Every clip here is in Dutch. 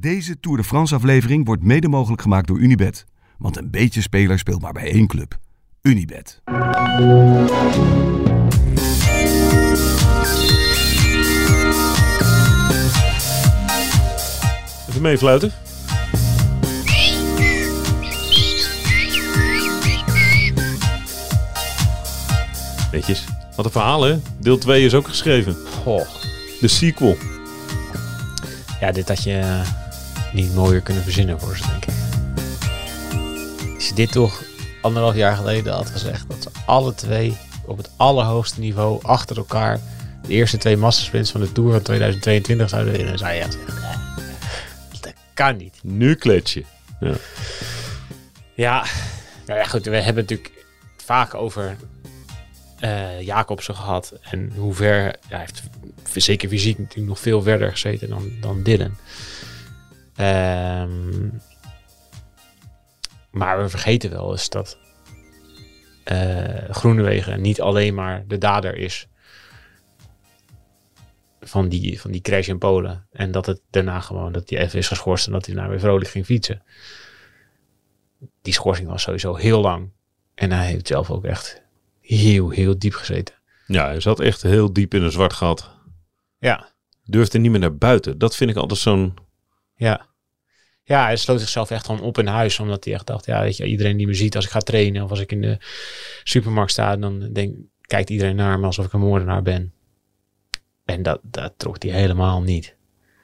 Deze Tour de France aflevering wordt mede mogelijk gemaakt door Unibet. Want een beetje speler speelt maar bij één club. Unibet. Even meefluiten. Netjes. Wat een verhaal, hè? Deel 2 is ook geschreven. Goh. De sequel. Ja, dit had je niet mooier kunnen verzinnen voor ze, denk ik. Als je dit toch 1,5 jaar geleden had gezegd, dat ze alle twee op het allerhoogste niveau achter elkaar de eerste 2 massasprints van de Tour van 2022 zouden winnen, dan zou je echt zeggen, dat kan niet. Nu klets je. Ja. Ja, nou ja, goed, we hebben natuurlijk vaak over Jacobsen gehad en hoe ver, hij heeft zeker fysiek natuurlijk nog veel verder gezeten dan Dylan. Maar we vergeten wel eens dat Groenewegen niet alleen maar de dader is van die crash in Polen. En dat het daarna gewoon, dat hij even is geschorst en dat hij nou weer vrolijk ging fietsen. Die schorsing was sowieso heel lang. En hij heeft zelf ook echt heel diep gezeten. Ja, hij zat echt heel diep in een zwart gat. Ja. Durfde niet meer naar buiten. Dat vind ik altijd zo'n... Ja. Ja, hij sloot zichzelf echt gewoon op in huis. Omdat hij echt dacht, ja, weet je, iedereen die me ziet als ik ga trainen of als ik in de supermarkt sta, dan kijkt iedereen naar me alsof ik een moordenaar ben. En dat trok hij helemaal niet.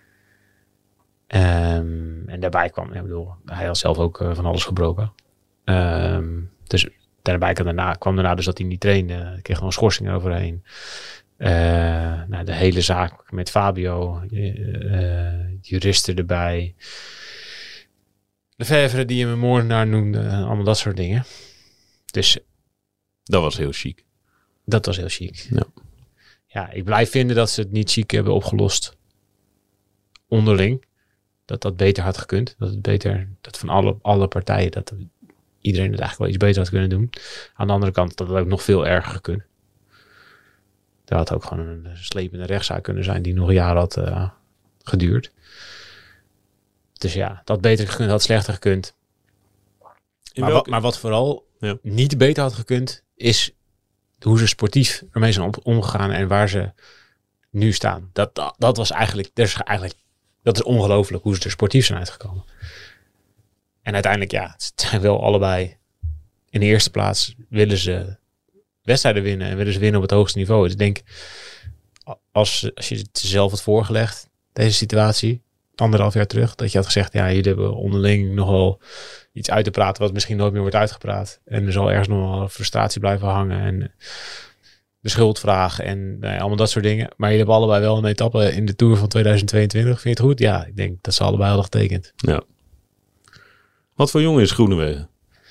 En daarbij kwam, ik bedoel, hij had zelf ook van alles gebroken. Dus daarbij kwam daarna dus dat hij niet trainde. Hij kreeg gewoon schorsingen overheen. Nou, de hele zaak met Fabio, juristen erbij. Lefevre die hem een moordenaar noemde, allemaal dat soort dingen. Dus dat was heel chic. Dat was heel chic. Ja. Ja, ik blijf vinden dat ze het niet chic hebben opgelost onderling. Dat beter had gekund. Dat van alle partijen, dat iedereen het eigenlijk wel iets beter had kunnen doen. Aan de andere kant, dat het ook nog veel erger gekund. Er had ook gewoon een slepende rechtszaak kunnen zijn die nog een jaar had geduurd. Dus ja, dat beter gekund had slechter gekund. Maar wat vooral niet beter had gekund, is hoe ze sportief ermee zijn omgegaan en waar ze nu staan. Dat was eigenlijk, dat is ongelooflijk hoe ze er sportief zijn uitgekomen. En uiteindelijk, ja, het zijn wel allebei. In de eerste plaats willen ze wedstrijden winnen en willen ze winnen op het hoogste niveau. Dus ik denk, als je het zelf had voorgelegd, deze situatie, 1,5 jaar terug, dat je had gezegd, ja, jullie hebben onderling nogal iets uit te praten wat misschien nooit meer wordt uitgepraat. En er zal ergens nog wel frustratie blijven hangen en de schuldvraag en allemaal dat soort dingen. Maar jullie hebben allebei wel een etappe in de Tour van 2022. Vind je het goed? Ja, ik denk dat ze allebei hadden getekend. Ja. Wat voor jongen is Groenewegen?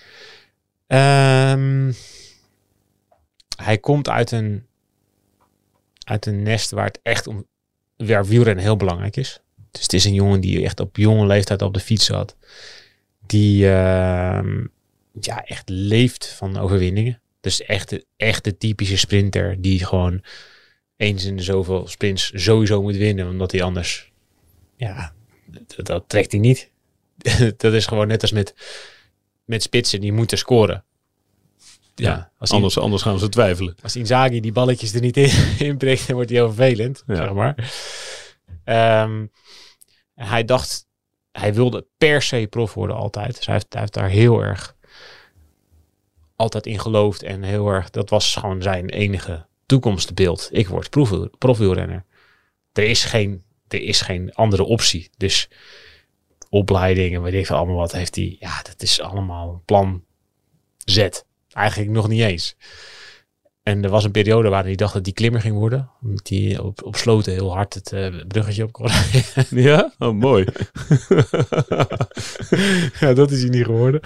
Hij komt uit een nest waar het echt waar wielrennen heel belangrijk is. Dus het is een jongen die echt op jonge leeftijd op de fiets zat. Die echt leeft van overwinningen. Dus echt de typische sprinter die gewoon eens in de zoveel sprints sowieso moet winnen. Omdat hij anders, ja, dat trekt hij niet. Dat is gewoon net als met spitsen, die moeten scoren. Ja, anders gaan ze twijfelen. Als Inzaghi die balletjes er niet in prikt, dan wordt hij heel vervelend, zeg maar. Hij dacht, hij wilde per se prof worden altijd. Dus hij heeft daar heel erg altijd in geloofd en heel erg, dat was gewoon zijn enige toekomstbeeld. Ik word profwielrenner. Er is geen andere optie. Dus opleidingen, weet ik veel allemaal wat heeft hij. Ja, dat is allemaal plan Z. Eigenlijk nog niet eens. En er was een periode waarin hij dacht dat hij klimmer ging worden. Omdat hij op sloten heel hard het bruggetje op kon rijden. Ja? Oh, mooi. Ja, dat is hij niet geworden.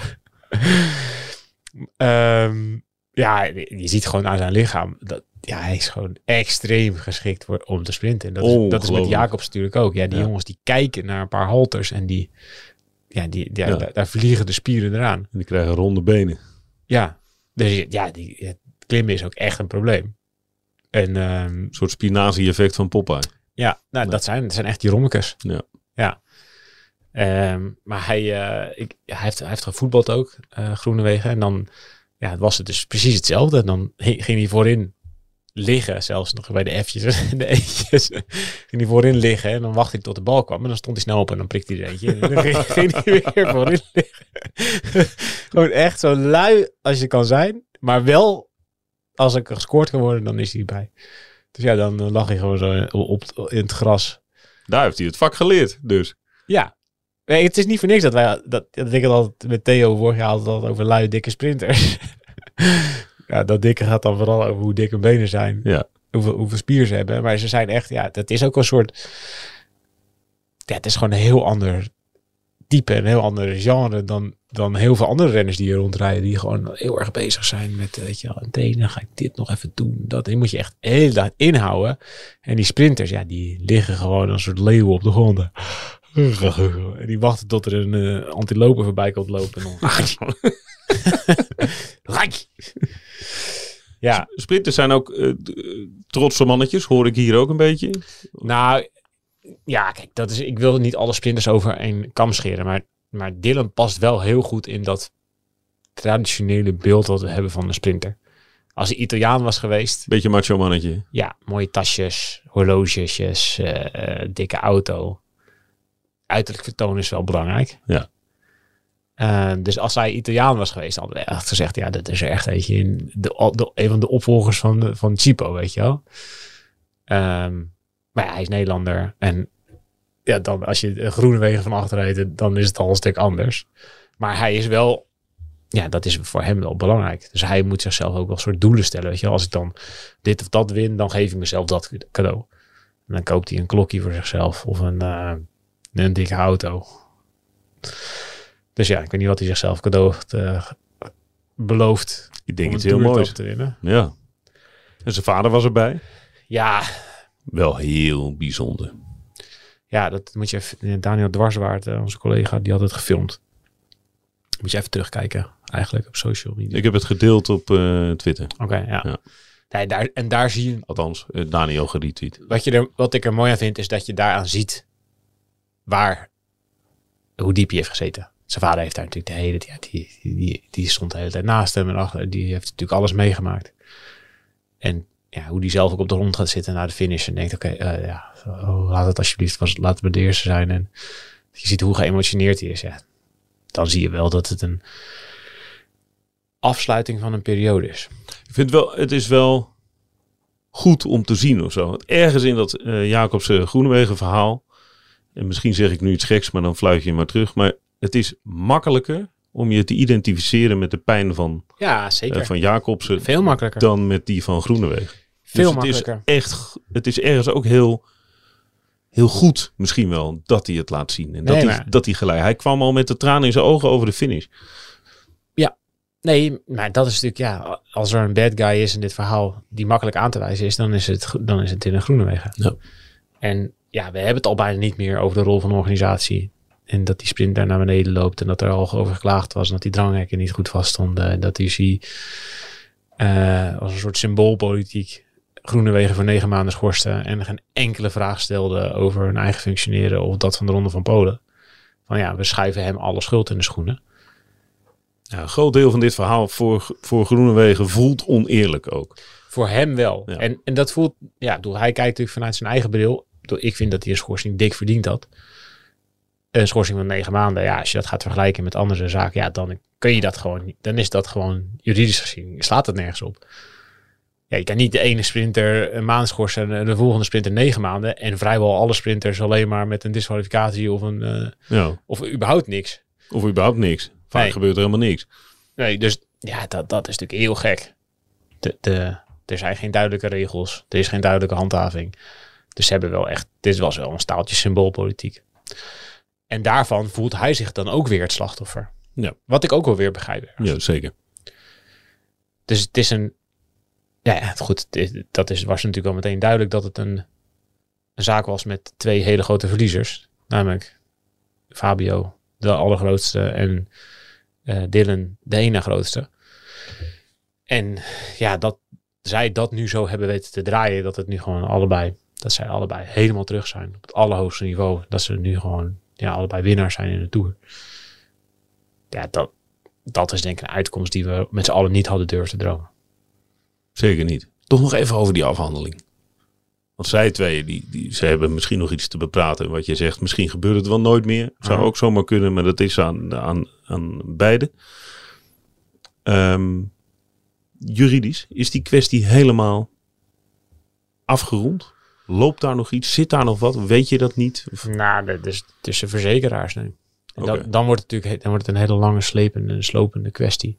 Ja, je ziet gewoon aan zijn lichaam. Hij is gewoon extreem geschikt om te sprinten. Dat is met Jacobs natuurlijk ook. Ja, die jongens die kijken naar een paar halters. En daar vliegen de spieren eraan. En die krijgen ronde benen. Ja, dus ja, het klimmen is ook echt een probleem. En, een soort spinazie-effect van Popeye. Ja, nou, dat zijn echt die rommekes. Ja. Ja. Maar hij heeft gevoetbald ook, Groenewegen. En dan was het dus precies hetzelfde. En dan ging hij voorin liggen, zelfs nog bij de F'jes en de E'tjes. Ging hij voorin liggen en dan wachtte hij tot de bal kwam. En dan stond hij snel op en dan prikte hij er eentje. En dan ging hij weer voorin liggen. Gewoon echt zo lui als je kan zijn. Maar wel, als ik gescoord kan worden, dan is hij bij. Dus ja, dan lag hij gewoon zo in het gras. Daar heeft hij het vak geleerd, dus. Ja. Nee, het is niet voor niks dat wij... Dat ik het altijd met Theo vorig jaar altijd over lui, dikke sprinters. Ja, dat dikke gaat dan vooral over hoe dik hun benen zijn. Ja. Hoeveel spier ze hebben. Maar ze zijn echt... Ja, dat is ook een soort... Ja, het is gewoon een heel ander type. Een heel ander genre dan heel veel andere renners die hier rondrijden. Die gewoon heel erg bezig zijn met... Weet je wel, en dan ga ik dit nog even doen. Dat. Die moet je echt de hele dag inhouden. En die sprinters, ja, die liggen gewoon als een soort leeuwen op de grond. En die wachten tot er een antilope voorbij komt lopen. Ja. Sprinters zijn ook trotse mannetjes, hoor ik hier ook een beetje. Nou, ja, kijk, ik wil niet alle sprinters over één kam scheren. Maar Dylan past wel heel goed in dat traditionele beeld wat we hebben van een sprinter. Als hij Italiaan was geweest. Beetje macho mannetje. Ja, mooie tasjes, horlogesjes, dikke auto. Uiterlijk vertoon is wel belangrijk. Ja. Dus als hij Italiaan was geweest, hadden we echt gezegd, ja, dat is er echt eentje in een van de opvolgers van Chipo, weet je wel. Maar ja, hij is Nederlander. En ja, dan als je Groenewegen van achter rijdt, dan is het al een stuk anders. Maar hij is wel, ja, dat is voor hem wel belangrijk. Dus hij moet zichzelf ook wel soort doelen stellen, weet je wel. Als ik dan dit of dat win, dan geef ik mezelf dat cadeau. En dan koopt hij een klokje voor zichzelf of een dikke auto. Dus ja, ik weet niet wat hij zichzelf cadeau belooft. Ik denk iets heel moois te winnen. Ja. En zijn vader was erbij. Ja. Wel heel bijzonder. Ja, dat moet je even... Daniel Dwarswaard, onze collega, die had het gefilmd. Moet je even terugkijken, eigenlijk, op social media. Ik heb het gedeeld op Twitter. Oké, ja. Nee, daar zie je... Althans, Daniel geretweet. Wat ik er mooi aan vind, is dat je daaraan ziet hoe diep hij heeft gezeten. Zijn vader heeft daar natuurlijk de hele tijd... Die stond de hele tijd naast hem en achter. Die heeft natuurlijk alles meegemaakt. En ja, hoe die zelf ook op de grond gaat zitten naar de finish. En denkt, oké, laat het alsjeblieft, laten we de eerste zijn. En je ziet hoe geëmotioneerd hij is. Ja. Dan zie je wel dat het een afsluiting van een periode is. Ik vind het is wel goed om te zien of zo. Want ergens in dat Jacobsen Groenewegen verhaal... En misschien zeg ik nu iets geks, maar dan fluit je maar terug. Maar het is makkelijker om je te identificeren met de pijn van, zeker. Van Jacobsen. Veel makkelijker. Dan met die van Groenewegen. Veel dus makkelijker. Het is ergens ook heel goed misschien wel dat hij het laat zien. En dat hij gelijk. Hij kwam al met de tranen in zijn ogen over de finish. Ja, nee, maar dat is natuurlijk, ja, als er een bad guy is in dit verhaal die makkelijk aan te wijzen is, dan is het Dylan Groenewegen. Ja. En ja, we hebben het al bijna niet meer over de rol van de organisatie. En dat die sprint daar naar beneden loopt. En dat er al over geklaagd was. En dat die dranghekken niet goed vaststonden. Dat die als een soort symboolpolitiek Groenewegen voor 9 maanden schorste. En geen enkele vraag stelde over hun eigen functioneren. Of dat van de Ronde van Polen. Van ja, we schuiven hem alle schuld in de schoenen. Ja, een groot deel van dit verhaal voor Groenewegen voelt oneerlijk ook. Voor hem wel. Ja. En dat voelt... Ja, hij kijkt natuurlijk vanuit zijn eigen bril. Ik vind dat hij een schorsing dik verdiend had. Een schorsing van 9 maanden. Ja, als je dat gaat vergelijken met andere zaken. Ja, dan kun je dat gewoon niet. Dan is dat gewoon juridisch gezien. Slaat het nergens op. Ja, je kan niet de ene sprinter een maand schorsen. En de volgende sprinter 9 maanden. En vrijwel alle sprinters alleen maar met een disqualificatie. Of überhaupt niks. Of überhaupt niks. Vaak gebeurt er helemaal niks. Nee, dus ja, dat is natuurlijk heel gek. Er zijn geen duidelijke regels. Er is geen duidelijke handhaving. Dus ze hebben wel echt... Dit was wel een staaltje symboolpolitiek. En daarvan voelt hij zich dan ook weer het slachtoffer. Ja. Wat ik ook wel weer begrijp. Ja, zeker. Dus het is een... Ja, goed. Was natuurlijk al meteen duidelijk dat het een zaak was met 2 hele grote verliezers. Namelijk Fabio, de allergrootste. En Dylan, de ene grootste. En ja, dat zij dat nu zo hebben weten te draaien. Dat het nu gewoon allebei... Dat zij allebei helemaal terug zijn op het allerhoogste niveau. Dat ze nu gewoon allebei winnaars zijn in de Tour. Ja, dat is denk ik een uitkomst die we met z'n allen niet hadden durven te dromen. Zeker niet. Toch nog even over die afhandeling. Want zij tweeën, ze hebben misschien nog iets te bepraten. Wat je zegt, misschien gebeurt het wel nooit meer. Zou ook zomaar kunnen, maar dat is aan beide. Juridisch, is die kwestie helemaal afgerond? Loopt daar nog iets? Zit daar nog wat? Weet je dat niet? Nou, dat is tussen verzekeraars nu. En Okay. dan wordt het een hele lange slopende kwestie.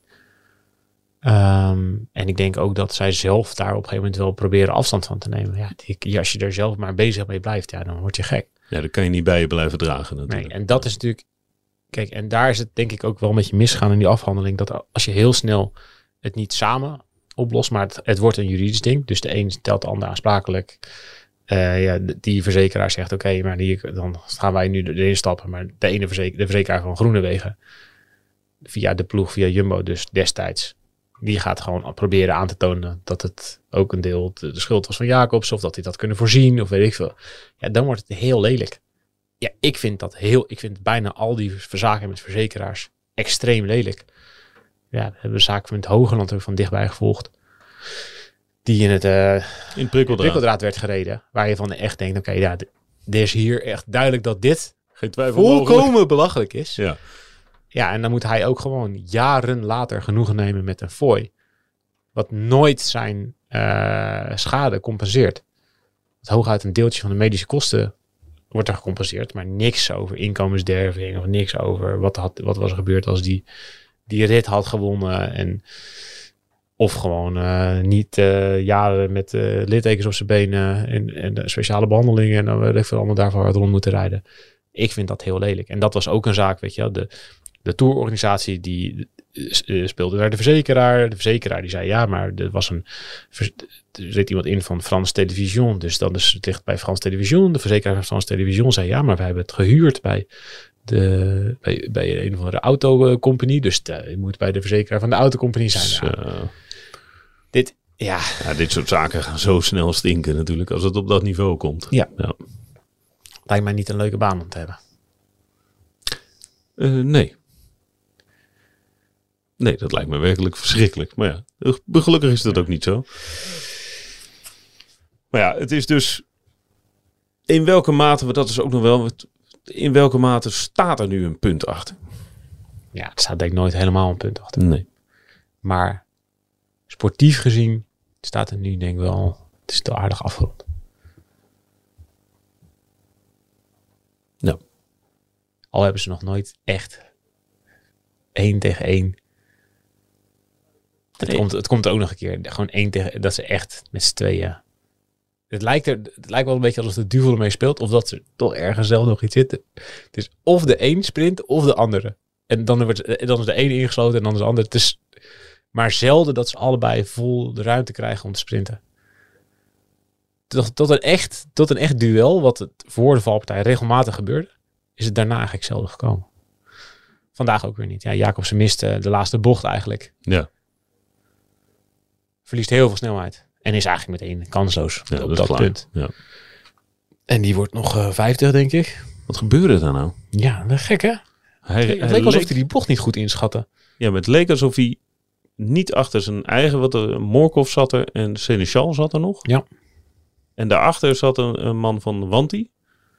En ik denk ook dat zij zelf daar op een gegeven moment wel proberen afstand van te nemen. Ja, als je er zelf maar bezig mee blijft, dan word je gek. Ja, dan kan je niet bij je blijven dragen natuurlijk. Nee, en dat is natuurlijk... Kijk, en daar is het denk ik ook wel een beetje misgaan in die afhandeling. Dat als je heel snel het niet samen oplost, maar het wordt een juridisch ding. Dus de een stelt de ander aansprakelijk. Die verzekeraar zegt, oké, maar dan gaan wij nu erin stappen. Maar de verzekeraar van Groenewegen, via de ploeg, via Jumbo dus destijds, die gaat gewoon proberen aan te tonen dat het ook een deel de schuld was van Jacobs, of dat hij dat kunnen voorzien, of weet ik veel. Ja, dan wordt het heel lelijk. Ja, ik vind bijna al die verzaken met verzekeraars extreem lelijk. Ja, we hebben zaken met Hogeland ook van dichtbij gevolgd. Die in het prikkeldraad werd gereden. Waar je van echt denkt, oké, er is hier echt duidelijk dat dit geen twijfel volkomen belachelijk is. Ja. Ja, en dan moet hij ook gewoon jaren later genoegen nemen met een fooi. Wat nooit zijn schade compenseert. Het hooguit een deeltje van de medische kosten wordt er gecompenseerd. Maar niks over inkomensderving of niks over wat was er gebeurd als die rit had gewonnen. Of gewoon niet jaren met littekens op zijn benen en de speciale behandelingen. En dan weet ik veel allemaal daarvoor hard rond moeten rijden. Ik vind dat heel lelijk. En dat was ook een zaak, weet je wel. De tourorganisatie die speelde naar de verzekeraar. De verzekeraar die zei, ja, maar er zit iemand in van France Television. Dus dan is het ligt bij France Television. De verzekeraar van France Television zei, ja, maar wij hebben het gehuurd bij een of andere autocompagnie. Dus je moet bij de verzekeraar van de autocompagnie zijn. Dit soort zaken gaan zo snel stinken natuurlijk als het op dat niveau komt. Ja. Lijkt mij niet een leuke baan om te hebben. Nee, dat lijkt me werkelijk verschrikkelijk. Maar ja, gelukkig is dat ook niet zo. Maar ja, het is dus in welke mate, dat is ook nog wel, in welke mate staat er nu een punt achter? Ja, het staat denk ik nooit helemaal een punt achter. Nee. Maar sportief gezien staat er nu denk ik wel, het is te aardig afgerond. Ja. Al hebben ze nog nooit echt 1 tegen 1. Het komt er ook nog een keer. Gewoon 1 tegen, dat ze echt met z'n tweeën. Het lijkt wel een beetje alsof de duivel ermee speelt. Of dat er toch ergens zelf nog iets zit. Het is of de een sprint of de andere. En dan is de ene ingesloten en dan is de andere. Het is maar zelden dat ze allebei vol de ruimte krijgen om te sprinten. Tot een echt duel, wat het voor de valpartij regelmatig gebeurde, is het daarna eigenlijk zelden gekomen. Vandaag ook weer niet. Ja, Jacobsen mist de laatste bocht eigenlijk. Ja. Verliest heel veel snelheid. En is eigenlijk meteen kansloos op dat punt. Ja. En die wordt nog 50, denk ik. Wat gebeurde daar nou? Ja, dat is gek hè? Het leek alsof hij die bocht niet goed inschatte. Ja, maar het leek alsof hij niet achter zijn eigen... Morkov zat er en Seneschal zat er nog. Ja. En daarachter zat een man van Wanty.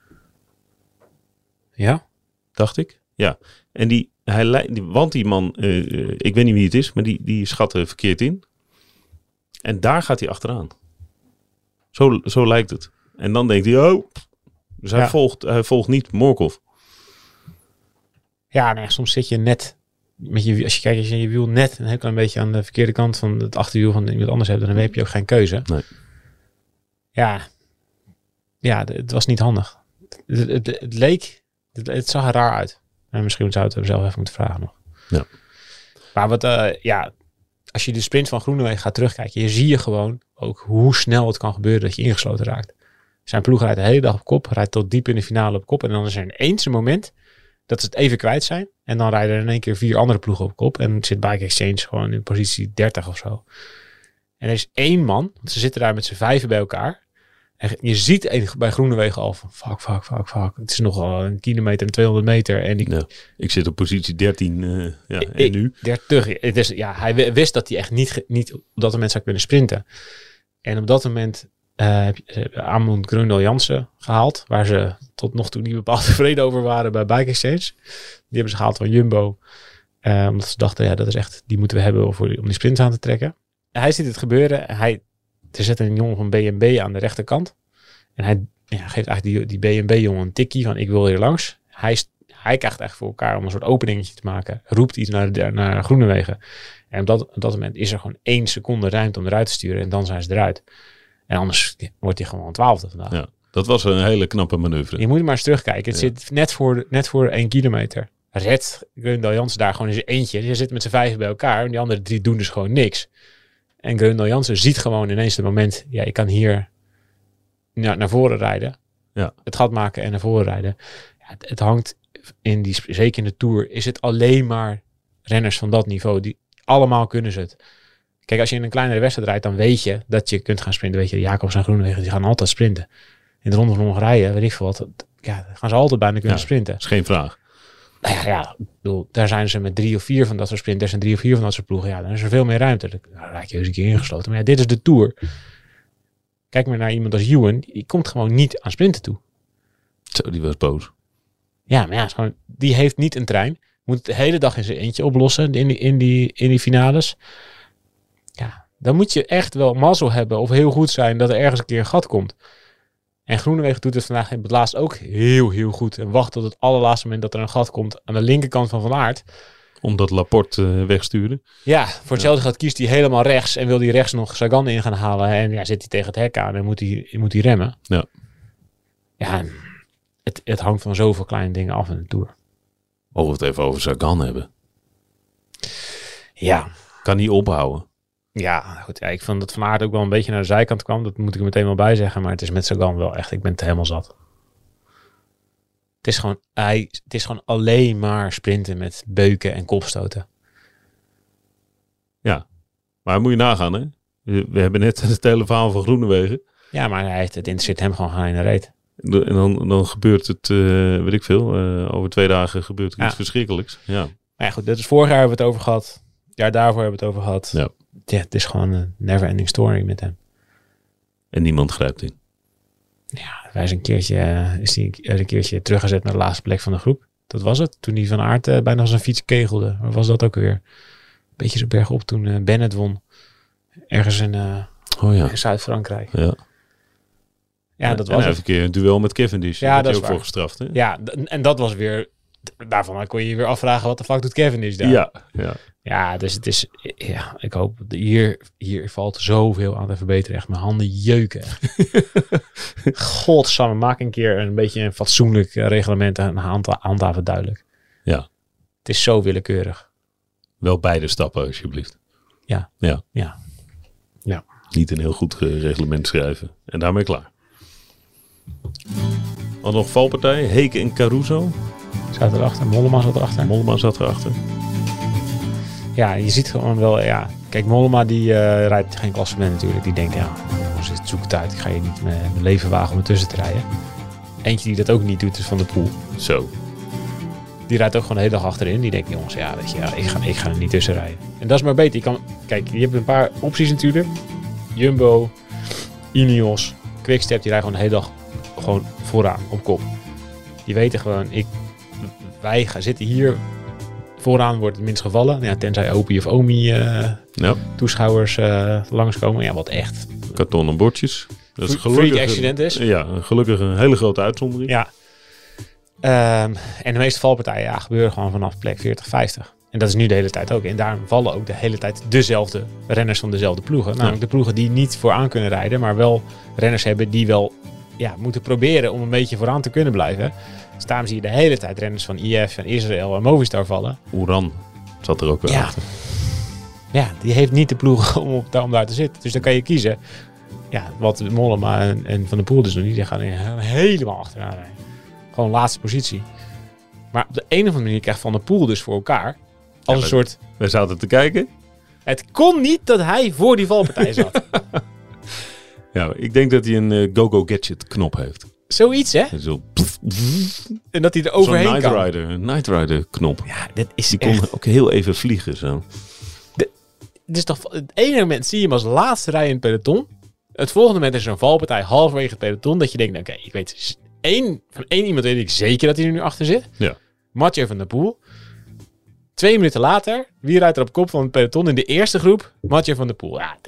Ja. Dacht ik. Ja. En die Wanty-man, ik weet niet wie het is, maar die schat er verkeerd in. En daar gaat hij achteraan. Zo lijkt het. En dan denkt hij, oh. Dus hij volgt niet Morkov. Ja, nee, soms zit je net als je je wiel net een heel klein beetje aan de verkeerde kant van het achterwiel van iemand anders hebt, dan heb je ook geen keuze. Nee. Ja, het was niet handig. Het zag er raar uit. En misschien zou het hem zelf even moeten vragen nog. Ja. Maar als je de sprint van Groenewegen gaat terugkijken, je zie je gewoon ook hoe snel het kan gebeuren dat je ingesloten raakt. Zijn ploeg rijdt de hele dag op kop, rijdt tot diep in de finale op kop. En dan is er ineens een moment dat ze het even kwijt zijn. En dan rijden er in één keer 4 andere ploegen op kop. En zit Bike Exchange gewoon in positie 30 of zo. En er is 1 man, want ze zitten daar met z'n 5 bij elkaar. En je ziet bij Groenewegen al van fuck. Het is nogal 1 kilometer en 200 meter. En ik zit op positie 13 en nu? 30. Hij wist dat hij echt niet op dat moment zou kunnen sprinten. En op dat moment heb je Amund Grøndal Jansen gehaald. Waar ze tot nog toe niet bepaald tevreden over waren bij Bike Exchange. Die hebben ze gehaald van Jumbo. Omdat ze dachten, dat is echt, die moeten we hebben om die sprints aan te trekken. En hij ziet het gebeuren. Er zit een jongen van B&B aan de rechterkant. En hij geeft eigenlijk die B&B-jongen een tikkie van ik wil hier langs. Hij krijgt echt voor elkaar om een soort openingetje te maken. Roept iets naar Groenewegen. En op dat moment is er gewoon 1 seconde ruimte om eruit te sturen. En dan zijn ze eruit. En anders wordt hij gewoon 12e vandaag. Ja, dat was een hele knappe manoeuvre. Je moet maar eens terugkijken. Het zit net voor 1 kilometer. Redt Grøndal Jansen daar gewoon in zijn eentje. Je zit met z'n 5 bij elkaar. En die andere 3 doen dus gewoon niks. En Grøndal Jansen ziet gewoon ineens het moment. Ja, ik kan hier naar voren rijden. Ja. Het gat maken en naar voren rijden. Ja, het hangt zeker in de Tour. Is het alleen maar renners van dat niveau. Die allemaal kunnen ze het. Kijk, als je in een kleinere wedstrijd rijdt, dan weet je dat je kunt gaan sprinten. Weet je, Jacobs en Groenewegen, die gaan altijd sprinten. In de Ronde van Hongarije, weet ik veel wat. Ja, gaan ze altijd bijna kunnen sprinten. Dat is geen vraag. Nou ik bedoel, daar zijn ze met 3 of 4 van dat soort sprinters en 3 of 4 van dat soort ploegen. Ja, dan is er veel meer ruimte. Dan raak je eens een keer ingesloten. Maar dit is de Tour. Kijk maar naar iemand als Ewan. Die komt gewoon niet aan sprinten toe. Zo, die was boos. Ja, maar die heeft niet een trein. Moet het de hele dag in zijn eentje oplossen in die finales. Ja, dan moet je echt wel mazzel hebben of heel goed zijn dat er ergens een keer een gat komt. En Groenewegen doet het vandaag in het laatst ook heel, heel goed. En wacht tot het allerlaatste moment dat er een gat komt aan de linkerkant van Van Aert. Omdat Laporte wegstuurde. Ja, voor hetzelfde gaat kiest hij helemaal rechts en wil hij rechts nog Sagan in gaan halen. En zit hij tegen het hek aan en moet hij remmen. Ja. Ja, het hangt van zoveel kleine dingen af in de Tour. Mogen we het even over Sagan hebben? Ja. Kan niet ophouden. Ja, goed. Ja, ik vond dat Van Aert ook wel een beetje naar de zijkant kwam. Dat moet ik er meteen wel bij zeggen. Maar het is met Sagan wel echt, ik ben het helemaal zat. Het is gewoon alleen maar sprinten met beuken en kopstoten. Ja, maar moet je nagaan, hè? We hebben net het hele verhaal van Groenewegen. Ja, maar het interesseert hem gewoon geen reet. En dan gebeurt het, weet ik veel, over 2 dagen gebeurt er iets verschrikkelijks. Ja. Maar ja, goed, dat is vorig jaar hebben we het over gehad. Het jaar daarvoor hebben we het over gehad. Ja. Ja, het is gewoon een never-ending story met hem. En niemand grijpt in. Ja, hij is een keertje teruggezet naar de laatste plek van de groep. Dat was het. Toen hij Van Aert bijna zijn fiets kegelde. Waar was dat ook weer? Een beetje zo bergop toen Bennett won. Ergens in Zuid-Frankrijk. Ja. Ja, dat was even een keer een duel met Cavendish. Ja, dat is ook waar. voor gestraft. Hè? Ja, en dat was weer... Daarvan kon je je weer afvragen wat de fuck doet Cavendish daar. Ja, dus het is... Ja, ik hoop... Hier valt zoveel aan te verbeteren. Echt, mijn handen jeuken. Godsamme, maak een keer een beetje een fatsoenlijk reglement en handhaven duidelijk. Ja. Het is zo willekeurig. Wel beide stappen, alsjeblieft. Ja. Niet een heel goed reglement schrijven. En daarmee klaar. Al nog valpartij. Heke en Caruso. Zat erachter. Mollema zat erachter. Mollema zat erachter. Ja, je ziet gewoon wel... Ja, kijk, Mollema die rijdt geen klassement natuurlijk. Die denkt, jongens, zoek het uit. Ik ga hier niet mijn leven wagen om ertussen te rijden. Eentje die dat ook niet doet is Van der Poel. Zo. Die rijdt ook gewoon de hele dag achterin. Die denkt, jongens, ik ga er niet tussen rijden. En dat is maar beter. Kijk, je hebt een paar opties natuurlijk. Jumbo, Ineos, Quickstep, die rijden gewoon de hele dag gewoon vooraan, op kop. Die weten gewoon, wij zitten hier vooraan, wordt het minst gevallen. Ja, tenzij Opie of Omi toeschouwers langskomen. Ja, wat echt. Kartonnen bordjes. Dat is freak accident is. Ja, gelukkig een hele grote uitzondering. Ja. En de meeste valpartijen gebeuren gewoon vanaf plek 40, 50. En dat is nu de hele tijd ook. En daar vallen ook de hele tijd dezelfde renners van dezelfde ploegen. Namelijk de ploegen die niet vooraan kunnen rijden, maar wel renners hebben die wel moeten proberen om een beetje vooraan te kunnen blijven. Dus daarom zie je de hele tijd renners van IF en Israël en Movistar vallen. Oeran zat er ook wel achter. Ja, die heeft niet de ploeg om daar te zitten. Dus dan kan je kiezen. Ja, wat Mollema en Van der Poel dus doen. Die gaan helemaal achteraan rijden. Gewoon laatste positie. Maar op de een of andere manier krijgt Van der Poel dus voor elkaar. Als een soort... Wij zaten te kijken. Het kon niet dat hij voor die valpartij zat. Ja, ik denk dat hij een Go-Go Gadget knop heeft. Zoiets, hè? Zo, En dat hij er zo'n overheen Night kan. Rider, een Night Rider knop. Ja, dit is Die echt... kon ook heel even vliegen zo. Het is toch, het ene moment zie je hem als laatste rij in het peloton. Het volgende moment is er een valpartij halverwege het peloton. Dat je denkt, oké, ik weet van één iemand weet ik zeker dat hij er nu achter zit. Ja. Mathieu van der Poel. 2 minuten later, wie rijdt er op kop van het peloton in de eerste groep? Mathieu van der Poel. Ja,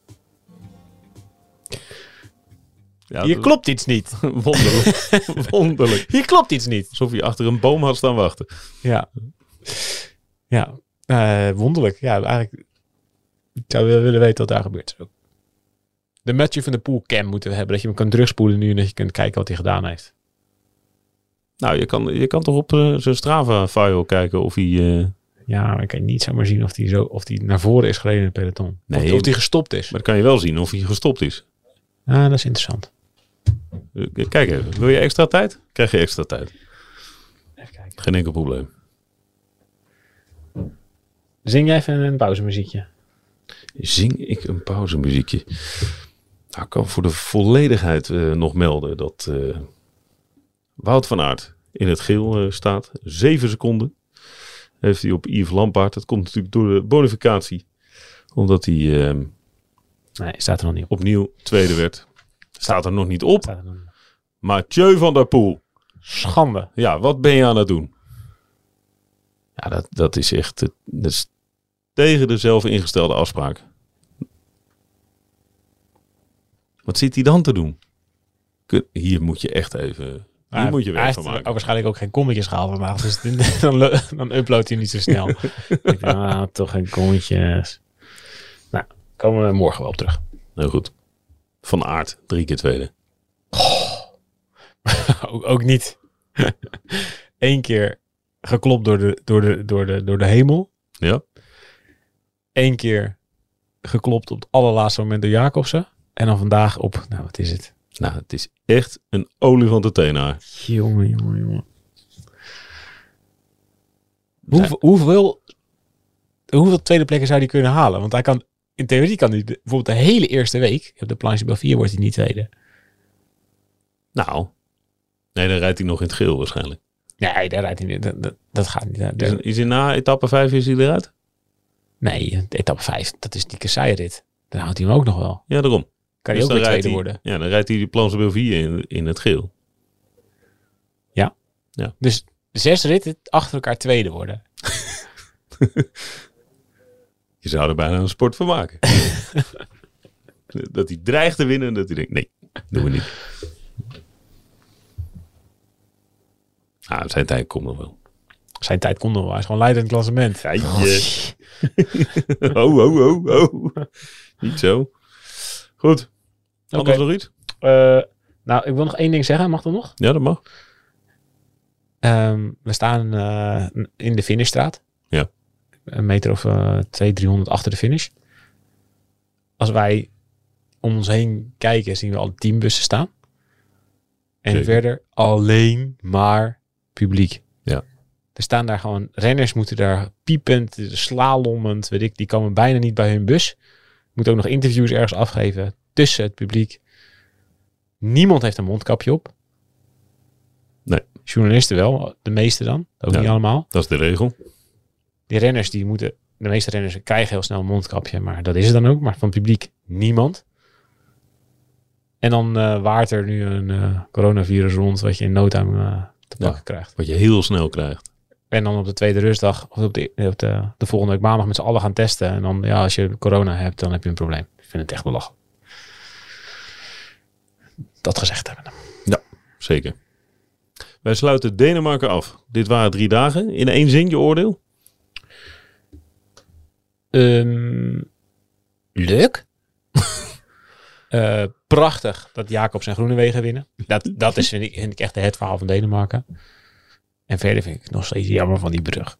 Ja, hier klopt iets niet. Wonderlijk. Wonderlijk. Hier klopt iets niet. Alsof hij achter een boom had staan wachten. Ja. Ja, wonderlijk. Ja, eigenlijk ik zou wel willen weten wat daar gebeurt. De Mathieu van der Poel cam moeten we hebben. Dat je hem kan terugspoelen nu en dat je kunt kijken wat hij gedaan heeft. Nou, je kan toch op zijn Strava-file kijken of hij... Ja, maar ik kan niet zomaar zien of hij naar voren is gereden in het peloton. Nee. Of hij gestopt is. Maar dan kan je wel zien of hij gestopt is. Ah, dat is interessant. Kijk even. Wil je extra tijd? Krijg je extra tijd. Even kijken. Geen enkel probleem. Zing jij even een pauzemuziekje? Zing ik een pauzemuziekje? Nou, ik kan voor de volledigheid nog melden dat Wout van Aert in het geel staat. 7 seconden heeft hij op Yves Lampaert. Dat komt natuurlijk door de bonificatie. Omdat hij Nee, staat er nog niet op. opnieuw tweede werd. Staat er nog niet op. Staat er nog niet op. Mathieu van der Poel. Schande. Ja, wat ben je aan het doen? Ja, dat is echt dat is tegen de zelf ingestelde afspraak. Wat zit hij dan te doen? Hier moet je echt even... Hier moet je Hij werk heeft van maken. waarschijnlijk ook geen kommetjes gehaald vandaag. Dus dan uploadt hij niet zo snel. Ik denk, toch geen kommetjes. Nou, komen we morgen wel op terug. Heel goed. Van Aert, 3 keer tweede. ook niet. 1 keer geklopt door de hemel. Ja. 1 keer geklopt op het allerlaatste moment door Jacobsen. En dan vandaag op, nou wat is het? Nou, het is echt een olifantenteenhaar. Jongen. Hoeveel tweede plekken zou hij kunnen halen? Want hij kan, in theorie kan hij bijvoorbeeld de hele eerste week, op de Planche Belvier wordt hij niet tweede. Nou. Nee, dan rijdt hij nog in het geel waarschijnlijk. Nee, daar rijdt hij niet. Dat gaat niet. Is hij na etappe 5 is hij eruit? Nee, etappe 5, dat is die Kassei-rit. Dan houdt hij hem ook nog wel. Ja, daarom. Kan Dus hij ook dan weer rijdt tweede worden. Ja, dan rijdt hij die Planche Belvier in het geel. Dus 6 ritten achter elkaar tweede worden. Je zou er bijna een sport van maken. Dat hij dreigt te winnen en dat hij denkt, nee, doen we niet. Zijn tijd komt nog wel. Zijn tijd komt nog wel. Hij is gewoon leider in het klassement. Oh. Niet zo. Goed. Anders nog iets? Nou, ik wil nog 1 ding zeggen. Mag dat nog? Ja, dat mag. We staan in de finishstraat. Ja. Een meter of 200-300 achter de finish. Als wij om ons heen kijken, zien we al teambussen staan. En Zeker. verder alleen maar publiek. Ja. Er staan daar gewoon renners, moeten daar piepend, slalommend, weet ik, die komen bijna niet bij hun bus. Moeten ook nog interviews ergens afgeven tussen het publiek. Niemand heeft een mondkapje op. Nee. Journalisten wel, de meeste dan. Ook Ja. niet allemaal. Dat is de regel. Die renners, de meeste renners krijgen heel snel een mondkapje, maar dat is het dan ook. Maar van het publiek niemand. En dan waart er nu een coronavirus rond, wat je in no time te pakken krijgt. Wat je heel snel krijgt. En dan op de tweede rustdag, of op de volgende week maandag met z'n allen gaan testen. En dan, ja, als je corona hebt, dan heb je een probleem. Ik vind het echt belachelijk. Dat gezegd hebben. Ja, zeker. Wij sluiten Denemarken af. Dit waren 3 dagen. In 1 zin je oordeel? Leuk. Prachtig dat Jacobs en Groenewegen winnen. Dat is, vind ik echt het verhaal van Denemarken. En verder vind ik het nog steeds jammer van die brug.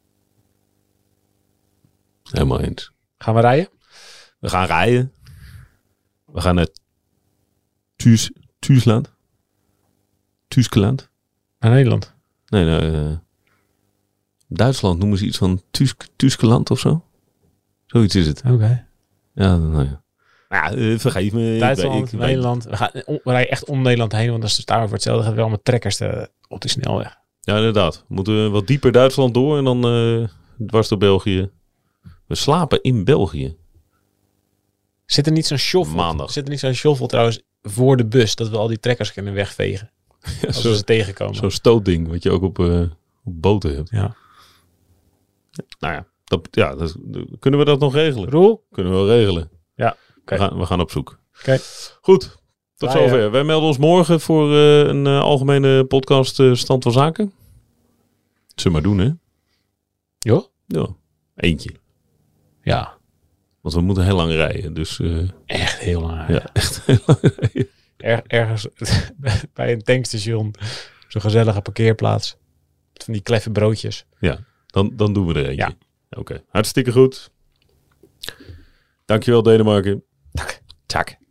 Helemaal eens. Gaan we rijden? We gaan rijden. We gaan naar Thuisland. Thuiskeland. Naar Nederland. Nee, Duitsland noemen ze iets van Thuiskeland of zo. Zoiets is het. Oké. Ja, nou ja. Vergeef me. Duitsland, Nederland. We rijden echt om Nederland heen, want als de daar voor hetzelfde gaat wel met trekkers op de snelweg. Ja, inderdaad. We moeten wat dieper Duitsland door en dan dwars door België. We slapen in België. Zit er niet zo'n shuffle? Maandag. Zit er niet zo'n shuffle trouwens voor de bus, dat we al die trekkers kunnen wegvegen? Ja, Als we ze tegenkomen. Zo'n stootding wat je ook op boten hebt. Ja. Nou ja, kunnen we dat nog regelen? Roel? Kunnen we wel regelen. Ja. Okay. We gaan op zoek. Oké. Goed. Tot zover. Wij melden ons morgen voor een algemene podcast Stand van Zaken. Zullen we maar doen, hè? Jo? Ja. Eentje. Ja. Want we moeten heel lang rijden. Dus, echt heel lang. Ja, echt heel lang rijden. Ergens bij een tankstation. Zo'n gezellige parkeerplaats. Van die kleffe broodjes. Ja, dan doen we er eentje. Ja. Oké. Hartstikke goed. Dankjewel Denemarken. Tak.